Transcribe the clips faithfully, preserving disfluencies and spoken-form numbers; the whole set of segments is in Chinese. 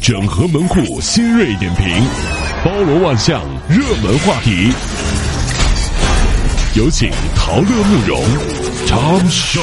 整合门户新锐点评，包罗万象，热门话题。有请陶乐慕容 Tom Show。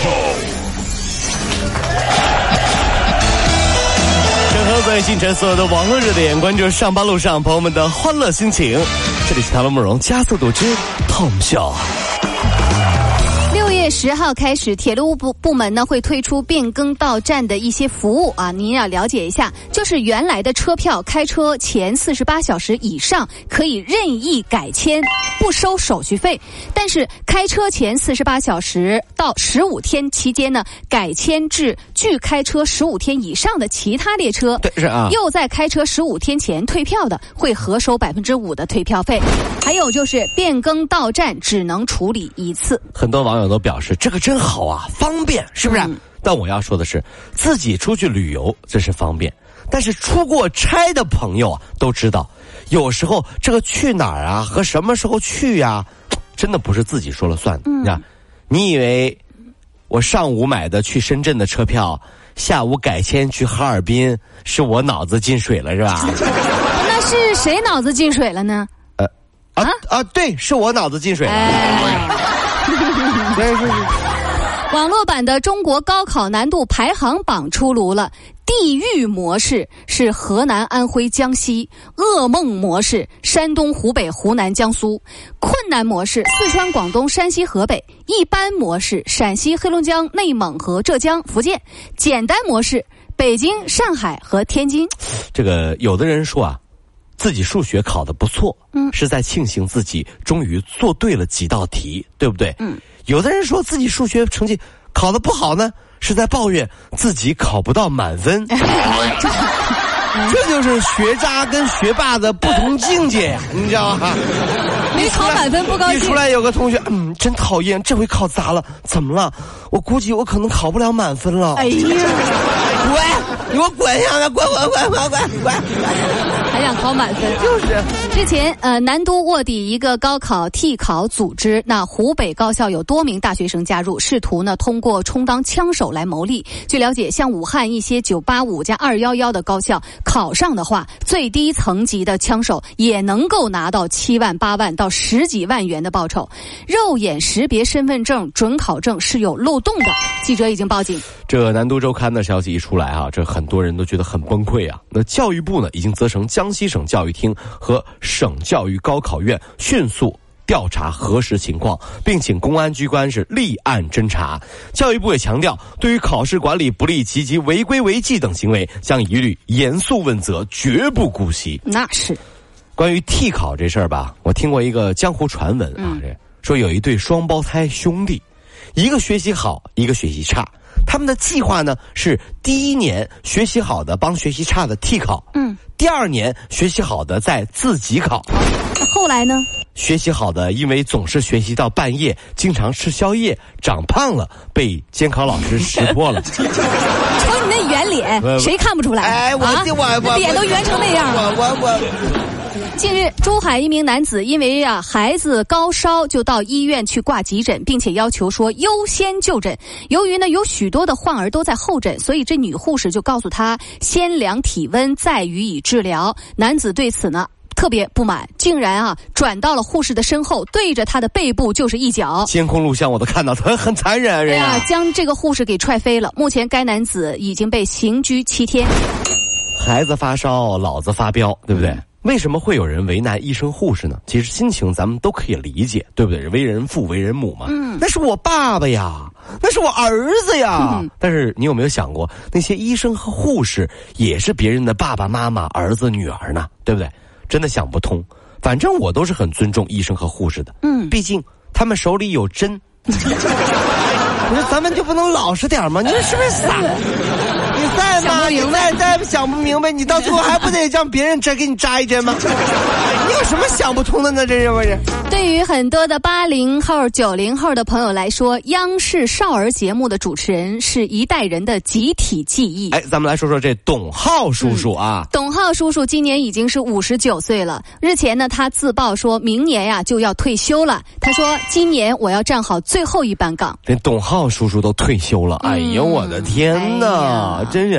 整合最新城所有的网络热点，关注上班路上朋友们的欢乐心情。这里是陶乐慕容加速度之 Tom Show。 六月十号开始，铁路部部门呢会推出变更到站的一些服务啊，您要了解一下。就是原来的车票，开车前四十八小时以上可以任意改签，不收手续费。但是开车前四十八小时到十五天期间呢，改签至距开车十五天以上的其他列车， 对是啊， 又在开车十五天前退票的，会核收百分之五的退票费。还有就是变更到站只能处理一次。 很多网友都表示这个真好啊，方便，是不是？嗯、但我要说的是，自己出去旅游这是方便，但是出过差的朋友啊都知道，有时候这个去哪儿啊和什么时候去呀、啊，真的不是自己说了算的。嗯、你, 你以为我上午买的去深圳的车票，下午改签去哈尔滨，是我脑子进水了是吧？ 那是谁脑子进水了呢？ 呃啊 啊, 啊对，是我脑子进水了。哎对是是。 网络版的中国高考难度排行榜出炉了，地狱模式是河南、安徽、江西，噩梦模式山东、湖北、湖南、江苏，困难模式四川、广东、山西、河北，一般模式陕西、黑龙江、内蒙和浙江、福建，简单模式北京、上海和天津。 这个有的人说啊，自己数学考得不错，嗯，是在庆幸自己终于做对了几道题，对不对？嗯。有的人说自己数学成绩考得不好呢，是在抱怨自己考不到满分。这就是学渣跟学霸的不同境界呀，你知道吗？ 没考满分不高兴。 一出来有个同学，嗯，真讨厌，这回考砸了，怎么了？我估计我可能考不了满分了。哎呀，滚！你给我滚下来！滚滚滚滚滚滚！ 还想考满分？ 就是。 之前呃，南都卧底一个高考替考组织，那湖北高校有多名大学生加入，试图呢通过充当枪手来牟利。据了解，像武汉一些九八五加二一一的高校考上的话，最低层级的枪手也能够拿到七万、八万到十几万元的报酬。肉眼识别身份证准考证是有漏洞的，记者已经报警。 这南都周刊的消息一出来啊，这很多人都觉得很崩溃啊。那教育部呢，已经责成江西省教育厅和省教育高考院迅速调查核实情况，并请公安机关是立案侦查。教育部也强调，对于考试管理不力及其违规违纪等行为，将一律严肃问责，绝不姑息。 那是。 关于替考这事儿吧，我听过一个江湖传闻啊，这、嗯、说有一对双胞胎兄弟，一个学习好，一个学习差。他们的计划呢是第一年学习好的帮学习差的替考，嗯，第二年学习好的再自己考。 后来呢？ 学习好的因为总是学习到半夜，经常吃宵夜，长胖了，被监考老师识破了。 瞅你那圆脸，谁看不出来？ 哎，我、啊、我我脸都圆成那样了。 我我我。 近日，珠海一名男子因为啊孩子高烧，就到医院去挂急诊，并且要求说优先就诊。由于呢有许多的患儿都在候诊，所以这女护士就告诉他先量体温再予以治疗。男子对此呢特别不满，竟然啊转到了护士的身后，对着他的背部就是一脚。 监控录像我都看到，很很残忍啊！人啊，将这个护士给踹飞了。目前该男子已经被刑拘七天。 孩子发烧，老子发飙，对不对？为什么会有人为难医生护士呢？其实心情咱们都可以理解，对不对？为人父为人母嘛，嗯，那是我爸爸呀，那是我儿子呀、嗯、但是你有没有想过，那些医生和护士也是别人的爸爸妈妈、儿子女儿呢，对不对？真的想不通。反正我都是很尊重医生和护士的，嗯，毕竟他们手里有针。你说咱们就不能老实点吗？你说是不是傻？你再嘛，你再再想不明白，你到最后还不得让别人再给你扎一针吗？你有什么想不通的呢？这是不是？ 对于很多的八零后、九零后的朋友来说，央视少儿节目的主持人是一代人的集体记忆。 哎，咱们来说说这董浩叔叔啊。 嗯、董浩叔叔今年已经是五十九岁了。日前呢，他自曝说明年呀就要退休了。他说：“今年我要站好最后一班岗。” 连董浩叔叔都退休了，哎呦我的天哪！哎、真是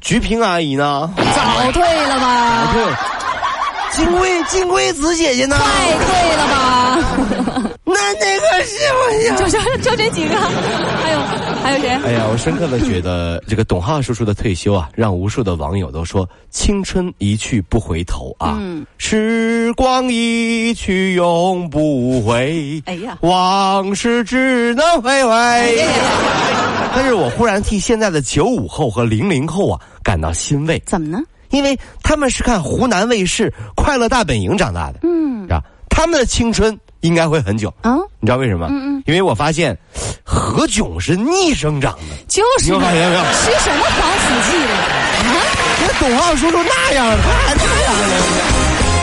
菊萍阿姨呢？ 早退了吧？ 对，金贵金贵子姐姐呢？ 快退了吧？ 那那个是我呀， 就就就这几个，还有还有谁？ 哎呀，我深刻的觉得这个董浩叔叔的退休啊，让无数的网友都说青春一去不回头啊，嗯、时光一去永不回，哎呀，往事只能回味。哎呀，但是我忽然替现在的九五后和零零后啊感到欣慰。 怎么呢？ 因为他们是看湖南卫视《快乐大本营》长大的，嗯，是吧？他们的青春应该会很久啊、嗯！你知道为什么？嗯嗯，因为我发现何炅是逆生长的， 就是你发现没有？ 吃什么防腐剂了啊？ 那董浩叔叔那样的，他还那样的。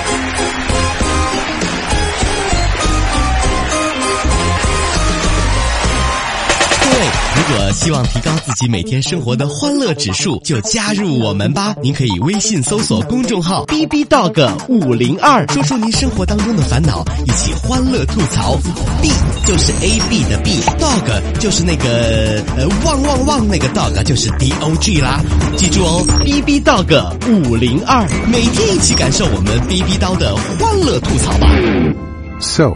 如果希望提高自己每天生活的欢乐指数，就加入我们吧！您可以微信搜索公众号 B B Dog 五零二，说出您生活当中的烦恼，一起欢乐吐槽。B 就是 A B 的 B，Dog 就是那个呃汪汪汪那个 Dog 就是 D O G 啦。记住哦 ，B B Dog 五零二，每天一起感受我们 B B 刀的欢乐吐槽吧。 So,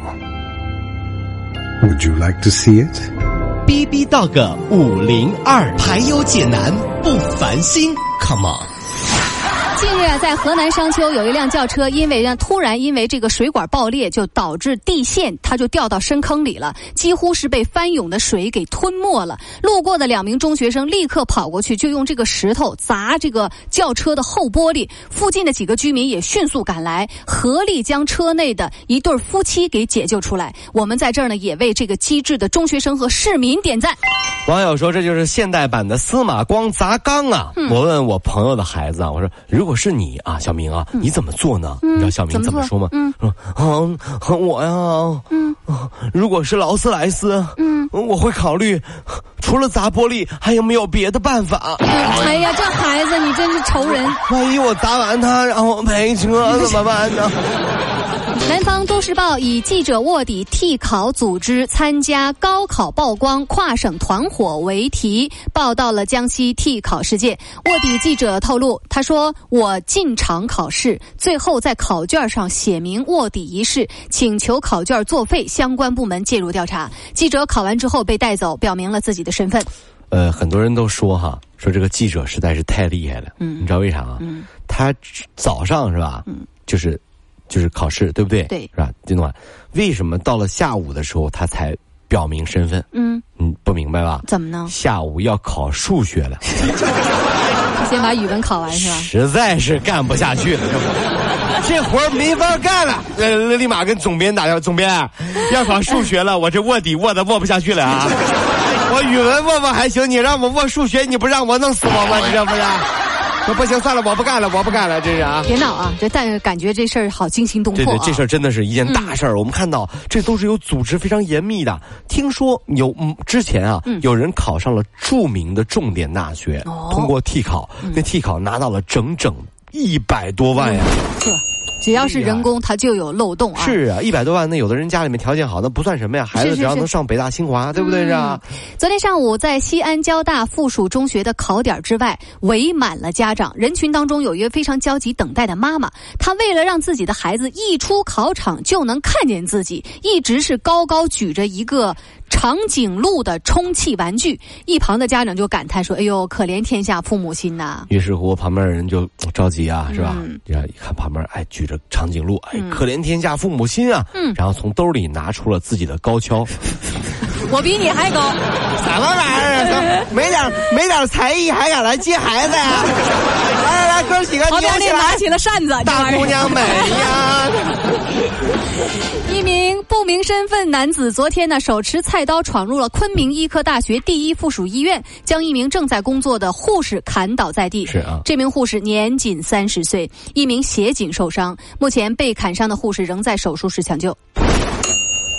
would you like to see it?B B Dog 五零二，排忧解难不烦心 ，Come on！ 近日啊，在河南商丘有一辆轿车，因为呢突然因为这个水管爆裂，就导致地线它就掉到深坑里了，几乎是被翻涌的水给吞没了。路过的两名中学生立刻跑过去，就用这个石头砸这个轿车的后玻璃。附近的几个居民也迅速赶来，合力将车内的一对夫妻给解救出来。我们在这儿呢，也为这个机智的中学生和市民点赞。 网友说这就是现代版的司马光砸缸啊！嗯、我问我朋友的孩子啊，我说如果是你啊，小明啊，嗯、你怎么做呢？嗯、你知道小明怎么说吗？嗯，说啊，我呀，嗯、啊，如果是劳斯莱斯，嗯，我会考虑除了砸玻璃，还有没有别的办法？ 哎呀，这孩子你真是仇人！ 万一我砸完他，然后赔车怎么办呢？ 南方都市报以记者卧底替考组织参加高考曝光跨省团伙为题，报道了江西替考事件。卧底记者透露，他说我进场考试，最后在考卷上写明卧底一事，请求考卷作废，相关部门介入调查。记者考完之后被带走，表明了自己的身份。 呃，很多人都说哈，说这个记者实在是太厉害了。嗯，你知道为啥吗？嗯，他早上是吧？嗯，就是。就是考试，对不对？ 对， 是吧？金总，为什么到了下午的时候他才表明身份？嗯，你不明白吧？ 怎么呢？ 下午要考数学了， 先把语文考完是吧？ 实在是干不下去了，这活儿没法干了。呃，立马跟总编打电话，总编要考数学了，我这卧底卧的卧不下去了啊！我语文卧卧还行，你让我卧数学，你不让我弄死我吗？你知道不是？说不行，算了，我不干了，我不干了，这是啊！ 别闹啊！这但是感觉这事儿好惊心动魄、啊。 对对，这事儿真的是一件大事儿、嗯。我们看到这都是有组织、非常严密的。听说有嗯之前啊、嗯，有人考上了著名的重点大学，哦、通过替考，嗯、那替考拿到了整整一百多万呀！ 嗯只要是人工，它就有漏洞啊！ 是啊，一百多万，那有的人家里面条件好，那不算什么呀。孩子只要能上北大清华，对不对？是啊、嗯。 昨天上午，在西安交大附属中学的考点之外，围满了家长。人群当中有一位非常焦急等待的妈妈，她为了让自己的孩子一出考场就能看见自己，一直是高高举着一个长颈鹿的充气玩具。一旁的家长就感叹说：“哎呦，可怜天下父母心呐！” 于是乎，旁边人就着急啊，是吧？嗯、一看旁边，哎，举着长颈鹿，哎，可怜天下父母心啊！嗯，然后从兜里拿出了自己的高跷。 我比你还高， 什么玩意儿？没点没点才艺还敢来接孩子呀？来来来，哥几个扭起来！拿起了扇子， 大姑娘美呀！ 一名不明身份男子昨天呢，手持菜刀闯入了昆明医科大学第一附属医院，将一名正在工作的护士砍倒在地。 是啊，这名护士年仅三十岁，一名协警受伤，目前被砍伤的护士仍在手术室抢救。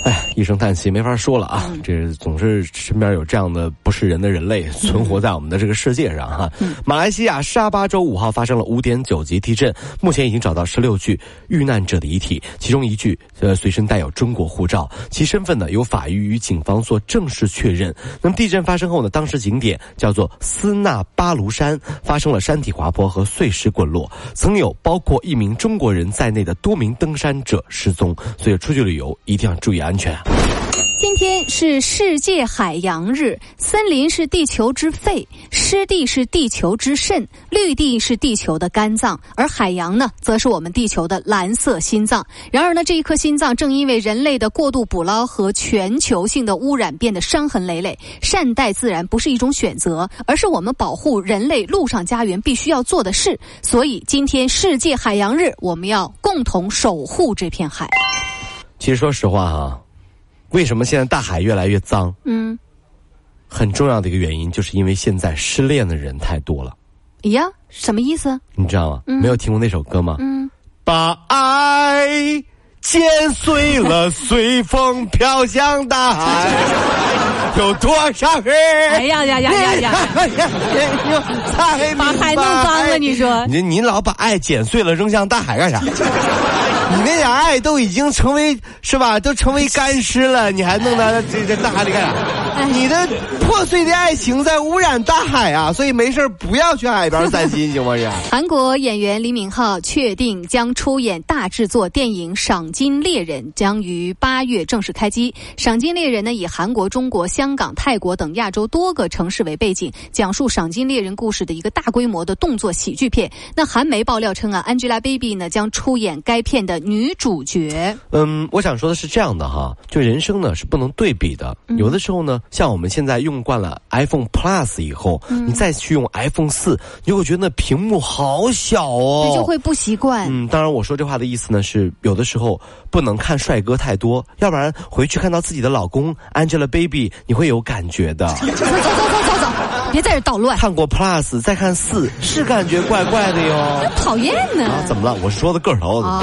哎，一声叹息，没法说了啊！嗯、这总是身边有这样的不是人的人类存活在我们的这个世界上哈。嗯、马来西亚沙巴州五号发生了五点九级地震，目前已经找到十六具遇难者的遗体，其中一具呃随身带有中国护照，其身份呢由法医与警方做正式确认。那么地震发生后呢，当时景点叫做斯纳巴卢山，发生了山体滑坡和碎石滚落，曾有包括一名中国人在内的多名登山者失踪，所以出去旅游一定要注意安全啊。 今天是世界海洋日，森林是地球之肺，湿地是地球之肾，绿地是地球的肝脏，而海洋呢，则是我们地球的蓝色心脏。然而呢，这一颗心脏正因为人类的过度捕捞和全球性的污染变得伤痕累累。善待自然不是一种选择，而是我们保护人类陆上家园必须要做的事。所以今天世界海洋日，我们要共同守护这片海。 其实说实话哈，为什么现在大海越来越脏？嗯，很重要的一个原因，就是因为现在失恋的人太多了。 呀，什么意思？ 你知道吗？嗯、没有听过那首歌吗？ 嗯， 把爱剪碎了，随风飘向大海。有多少人？ 哎呀呀呀呀呀！把海弄脏了，你说？ 你你老把爱剪碎了扔向大海干啥？你那点爱都已经成为是吧？都成为干尸了，你还弄到这这大海里干啥？你的破碎的爱情在污染大海啊！所以没事不要去海边散心，行吗？这韩国演员李敏镐确定将出演大制作电影《赏金猎人》，将于八月正式开机。《赏金猎人》呢，以韩国、中国、香港、泰国等亚洲多个城市为背景，讲述赏金猎人故事的一个大规模的动作喜剧片。那韩媒爆料称啊 ，Angelababy 呢将出演该片的女主角。 嗯，我想说的是这样的哈，就人生呢是不能对比的，嗯、有的时候呢。像我们现在用惯了 iPhone Plus 以后，嗯、你再去用 iPhone 四，你会觉得那屏幕好小哦， 对，就会不习惯。 嗯，当然我说这话的意思呢是，有的时候不能看帅哥太多，要不然回去看到自己的老公 Angelababy， 你会有感觉的。 走走走走走走，别在这捣乱。 看过 Plus 再看四，是感觉怪怪的哟。 讨厌呢、 啊？怎么了？我是说的个头。啊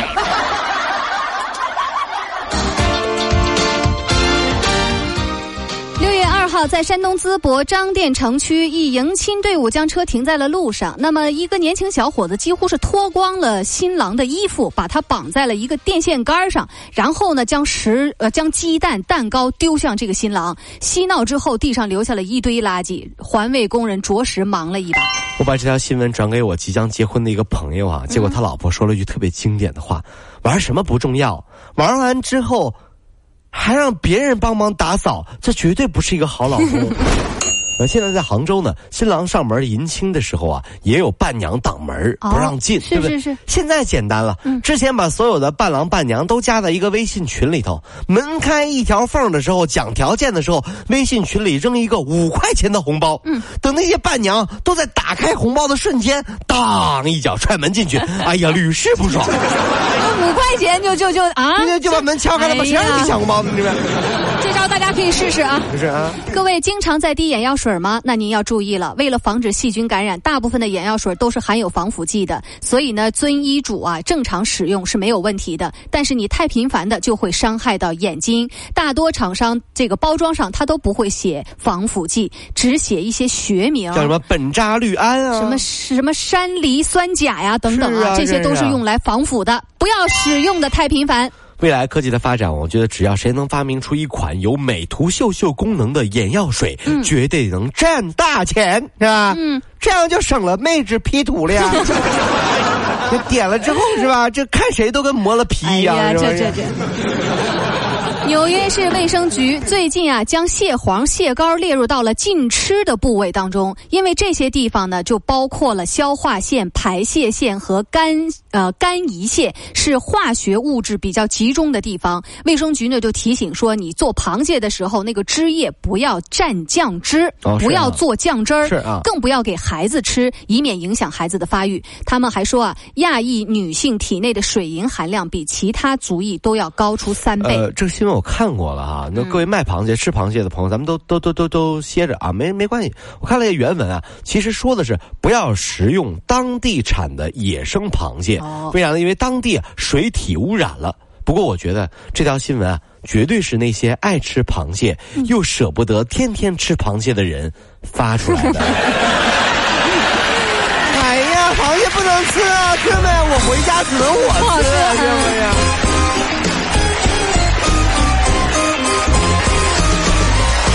在山东淄博张店城区，一迎亲队伍将车停在了路上。那么一个年轻小伙子几乎是脱光了新郎的衣服，把他绑在了一个电线杆上，然后呢将食呃将鸡蛋蛋糕丢向这个新郎。嬉闹之后，地上留下了一堆垃圾，环卫工人着实忙了一把。 我把这条新闻转给我即将结婚的一个朋友啊，结果他老婆说了一句特别经典的话：玩什么不重要，玩完之后还让别人帮忙打扫，这绝对不是一个好老公。呃，现在在杭州呢，新郎上门迎亲的时候啊，也有伴娘挡门、哦、不让进，对不对？ 是是是。 现在简单了，嗯，之前把所有的伴郎伴娘都加在一个微信群里头，门开一条缝的时候，讲条件的时候，微信群里扔一个五块钱的红包，嗯，等那些伴娘都在打开红包的瞬间，当一脚踹门进去，哎呀，屡试不爽。 五块钱就就就啊， 就就把门敲开了，把谁让你抢红包呢？这边， 这招大家可以试试啊。 是啊， 各位经常在滴眼药水吗？那您要注意了，为了防止细菌感染，大部分的眼药水都是含有防腐剂的，所以呢，遵医嘱啊，正常使用是没有问题的。但是你太频繁的就会伤害到眼睛。大多厂商这个包装上它都不会写防腐剂，只写一些学名， 叫什么苯扎氯胺啊， 什么什么山梨酸钾呀等等啊，啊这些都是用来防腐的，不要使用的太频繁。 未来科技的发展，我觉得只要谁能发明出一款有美图秀秀功能的眼药水，嗯、绝对能赚大钱，是吧？嗯，这样就省了妹纸 P 图了呀。这点了之后是吧？这看谁都跟磨了皮一样， 哎呀， 是吧？ 这这这。纽约市卫生局最近啊，将蟹黄、蟹膏列入到了禁吃的部位当中，因为这些地方呢，就包括了消化腺、排泄腺和肝呃肝胰腺，是化学物质比较集中的地方。卫生局呢就提醒说，你做螃蟹的时候，那个汁液不要蘸酱汁，哦啊、不要做酱汁儿，是啊，更不要给孩子吃，以免影响孩子的发育。他们还说啊，亚裔女性体内的水银含量比其他族裔都要高出三倍。 呃，这个新闻我看过了哈，那各位卖螃蟹、嗯、吃螃蟹的朋友，咱们都都都都都歇着啊，没没关系。我看了一原文啊，其实说的是不要食用当地产的野生螃蟹，哦、为啥呢？因为当地啊水体污染了。不过我觉得这条新闻啊， 绝对是那些爱吃螃蟹又舍不得天天吃螃蟹的人发出来的。哎呀，螃蟹不能吃啊，哥们，我回家只能我吃，是不是？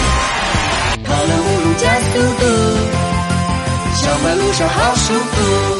跑了五路加速度，小马路上好舒服。